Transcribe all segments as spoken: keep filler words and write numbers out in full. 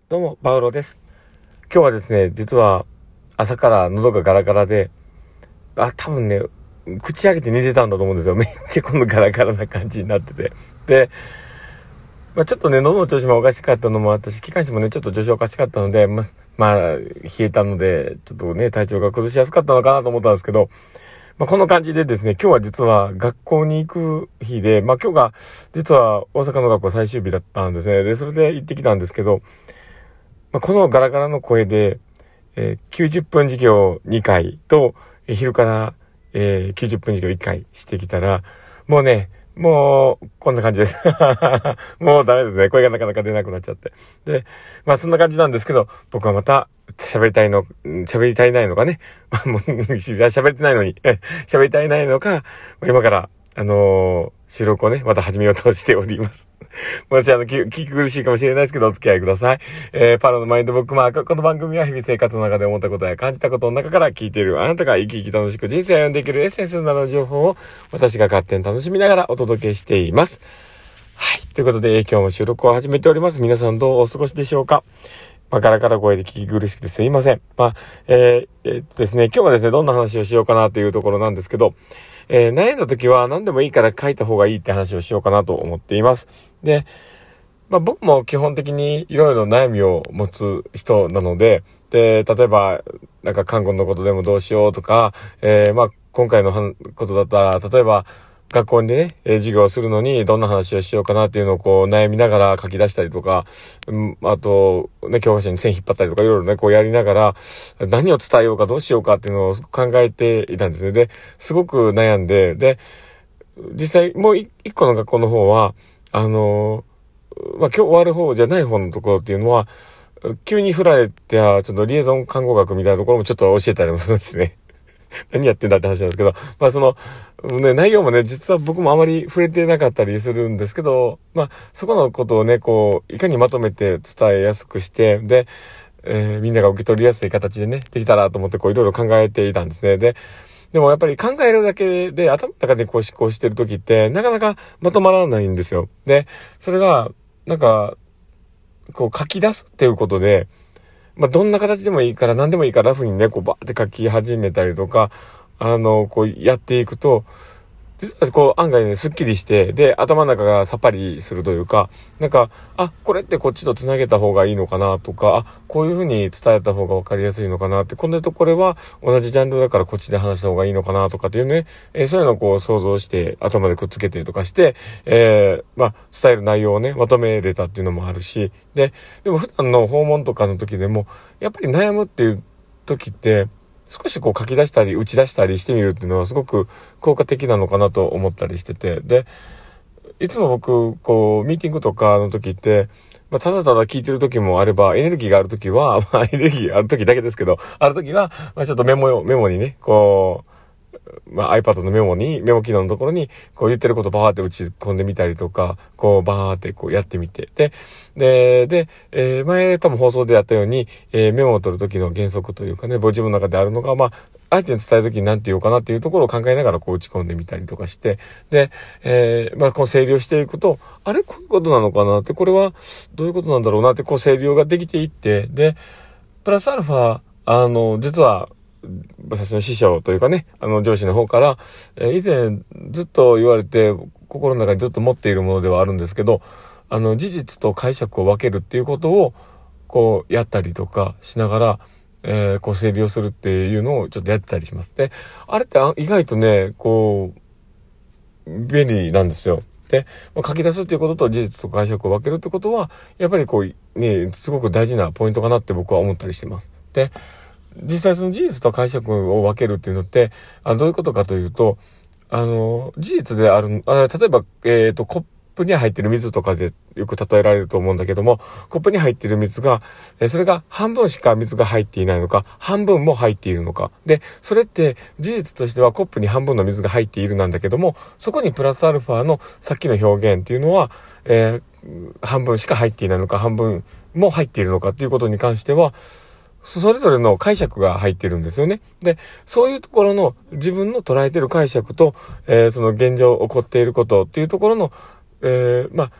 どうも、パウロです。今日はですね、実は朝から喉がガラガラで、あ、多分ね、口開けて寝てたんだと思うんですよ。めっちゃこのガラガラな感じになってて。で、まあ、ちょっとね、喉の調子もおかしかったのもあったし、気管支もね、ちょっと調子おかしかったので、ま、まあ、冷えたので、ちょっとね、体調が崩しやすかったのかなと思ったんですけど、まあ、この感じでですね、今日は実は学校に行く日で、まあ、今日が実は大阪の学校最終日だったんですね。で、それで行ってきたんですけど、まあ、このガラガラの声で、えー、きゅうじゅっぷん授業にかいと、えー、昼から、えー、きゅうじゅっぷん授業いっかいしてきたら、もうね、もう、こんな感じです。もうダメですね。声がなかなか出なくなっちゃって。で、まあそんな感じなんですけど、僕はまた喋りたいの、喋りたいないのかね。もう喋れてないのに、喋りたいないのか、今から、あのー、収録をね、また始めようとしております。もしあの、聞き苦しいかもしれないですけど、お付き合いください。えー、パロのマインドブックマーク。この番組は日々生活の中で思ったことや感じたことの中から聞いているあなたが生き生き楽しく人生を歩んでいけるエッセンスなどの情報を私が勝手に楽しみながらお届けしています。はい。ということで、今日も収録を始めております。皆さんどうお過ごしでしょうか？まあ、ガラガラ声で聞き苦しくてすいません。まあ、えー、えー、っとですね、今日はですね、どんな話をしようかなというところなんですけど、えー、悩んだ時は何でもいいから書いた方がいいって話をしようかなと思っています。で、まあ僕も基本的にいろいろ悩みを持つ人なので、で、例えば、なんか看護のことでもどうしようとか、えー、まあ今回のことだったら、例えば学校でね、えー、授業をするのにどんな話をしようかなっていうのをこう悩みながら書き出したりとか、うん、あと、ね、教科書に線引っ張ったりとかいろいろね、こうやりながら、何を伝えようかどうしようかっていうのを考えていたんですね。で、すごく悩んで、で、実際もう一個の学校の方は、あのー、まあ、今日終わる方じゃない方のところっていうのは、急に振られて、ちょっとリエゾン看護学みたいなところもちょっと教えたりもするんですね。何やってんだって話なんですけど、まあその、ね、内容もね、実は僕もあまり触れてなかったりするんですけど、まあそこのことをね、こう、いかにまとめて伝えやすくして、で、えー、みんなが受け取りやすい形でね、できたらと思ってこういろいろ考えていたんですね。で、でもやっぱり考えるだけで頭の中でこう思考してるときって、なかなかまとまらないんですよ。で、それが、なんか、こう書き出すっていうことで、まあ、どんな形でもいいから何でもいいからラフにね、こうバーって書き始めたりとか、あの、こうやっていくと、実はこう案外ね、スッキリして、で、頭の中がさっぱりするというか、なんか、あ、これってこっちと繋げた方がいいのかなとか、あ、こういう風に伝えた方が分かりやすいのかなって、これとこれは同じジャンルだからこっちで話した方がいいのかなとかっていうね、えー、そういうのをこう想像して頭でくっつけてとかして、えー、まあ、伝える内容をね、まとめれたっていうのもあるし、で、でも普段の訪問とかの時でも、やっぱり悩むっていう時って、少しこう書き出したり打ち出したりしてみるっていうのはすごく効果的なのかなと思ったりしてて、で、いつも僕、こう、ミーティングとかの時って、まあ、ただただ聞いてる時もあれば、エネルギーがある時は、まあ、エネルギーがある時だけですけど、ある時は、まあ、ちょっとメモを、メモにね、こう、まあ、iPad のメモに、メモ機能のところに、こう言ってることバーって打ち込んでみたりとか、こうバーってこうやってみて。で、で、で、えー、前多分放送でやったように、えー、メモを取るときの原則というかね、ご自分の中であるのが、まあ、相手に伝えるときに何て言おうかなっていうところを考えながらこう打ち込んでみたりとかして、で、えー、まあ、こう整理をしていくと、あれこういうことなのかなって、これはどういうことなんだろうなって、こう整理ができていって、で、プラスアルファ、あの、実は、私の師匠というかね、あの上司の方から、えー、以前ずっと言われて心の中にずっと持っているものではあるんですけど、あの事実と解釈を分けるっていうことをこうやったりとかしながら、えー、こう整理をするっていうのをちょっとやってたりします。で、あれって意外とね、こう便利なんですよ。で、書き出すっていうことと事実と解釈を分けるってことはやっぱりこうね、すごく大事なポイントかなって僕は思ったりしてます。で、実際その事実と解釈を分けるっていうのって、あどういうことかというと、あの、事実である、あ例えば、えっと、コップに入ってる水とかでよく例えられると思うんだけども、コップに入ってる水が、えそれが半分しか水が入っていないのか、半分も入っているのか。で、それって事実としてはコップに半分の水が入っているなんだけども、そこにプラスアルファのさっきの表現っていうのは、えー、半分しか入っていないのか、半分も入っているのかっていうことに関しては、それぞれの解釈が入ってるんですよね。で、そういうところの自分の捉えてる解釈と、えー、その現状起こっていることっていうところの、えー、まあ、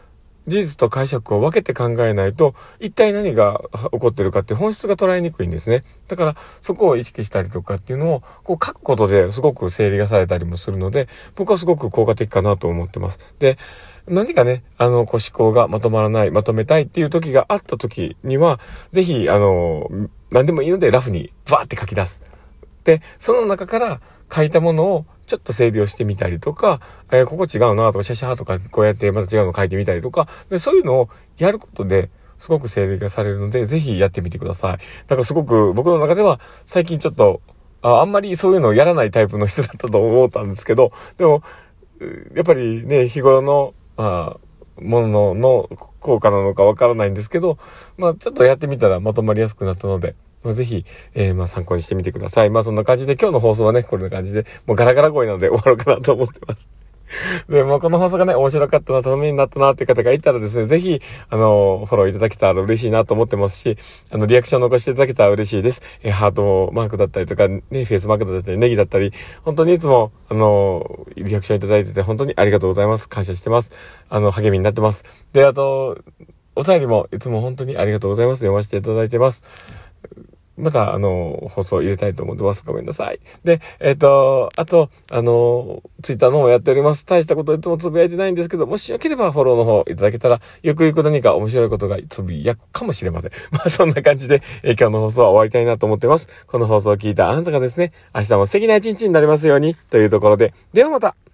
事実と解釈を分けて考えないと、一体何が起こってるかって本質が捉えにくいんですね。だから、そこを意識したりとかっていうのを、こう書くことですごく整理がされたりもするので、僕はすごく効果的かなと思ってます。で、何かね、あの、こう思考がまとまらない、まとめたいっていう時があった時には、ぜひ、あの、何でもいいのでラフにバーって書き出す。で、その中から書いたものをちょっと整理をしてみたりとか、えー、ここ違うなとか、シャシャーとかこうやってまた違うの書いてみたりとか、で、そういうのをやることですごく整理がされるので、ぜひやってみてください。だからすごく僕の中では最近ちょっと、あ、あんまりそういうのをやらないタイプの人だったと思ったんですけど、でも、やっぱりね、日頃の、まあ、ものの効果なのかわからないんですけど、まあちょっとやってみたらまとまりやすくなったので、まあ、ぜひ、えー、まあ参考にしてみてください。まあそんな感じで今日の放送はね、こんな感じで、もうガラガラ声なので終わろうかなと思ってます。で、まあこの放送がね、面白かったな、ためになったなっていう方がいたらですね、ぜひ、あの、フォローいただけたら嬉しいなと思ってますし、あの、リアクション残していただけたら嬉しいです。えー、ハートマークだったりとか、ね、フェイスマークだったり、ネギだったり、本当にいつも、あの、リアクションいただいてて本当にありがとうございます。感謝してます。あの、励みになってます。で、あと、お便りもいつも本当にありがとうございます。読ませていただいてます。また、あの、放送入れたいと思ってます。ごめんなさい。で、えっと、あと、あの、ツイッターの方もやっております。大したこといつもつぶやいてないんですけど、もしよければフォローの方いただけたら、ゆくゆく何か面白いことがつぶやくかもしれません。まあ、そんな感じで、え今日の放送は終わりたいなと思ってます。この放送を聞いたあなたがですね、明日も素敵な一日になりますように、というところで、ではまた。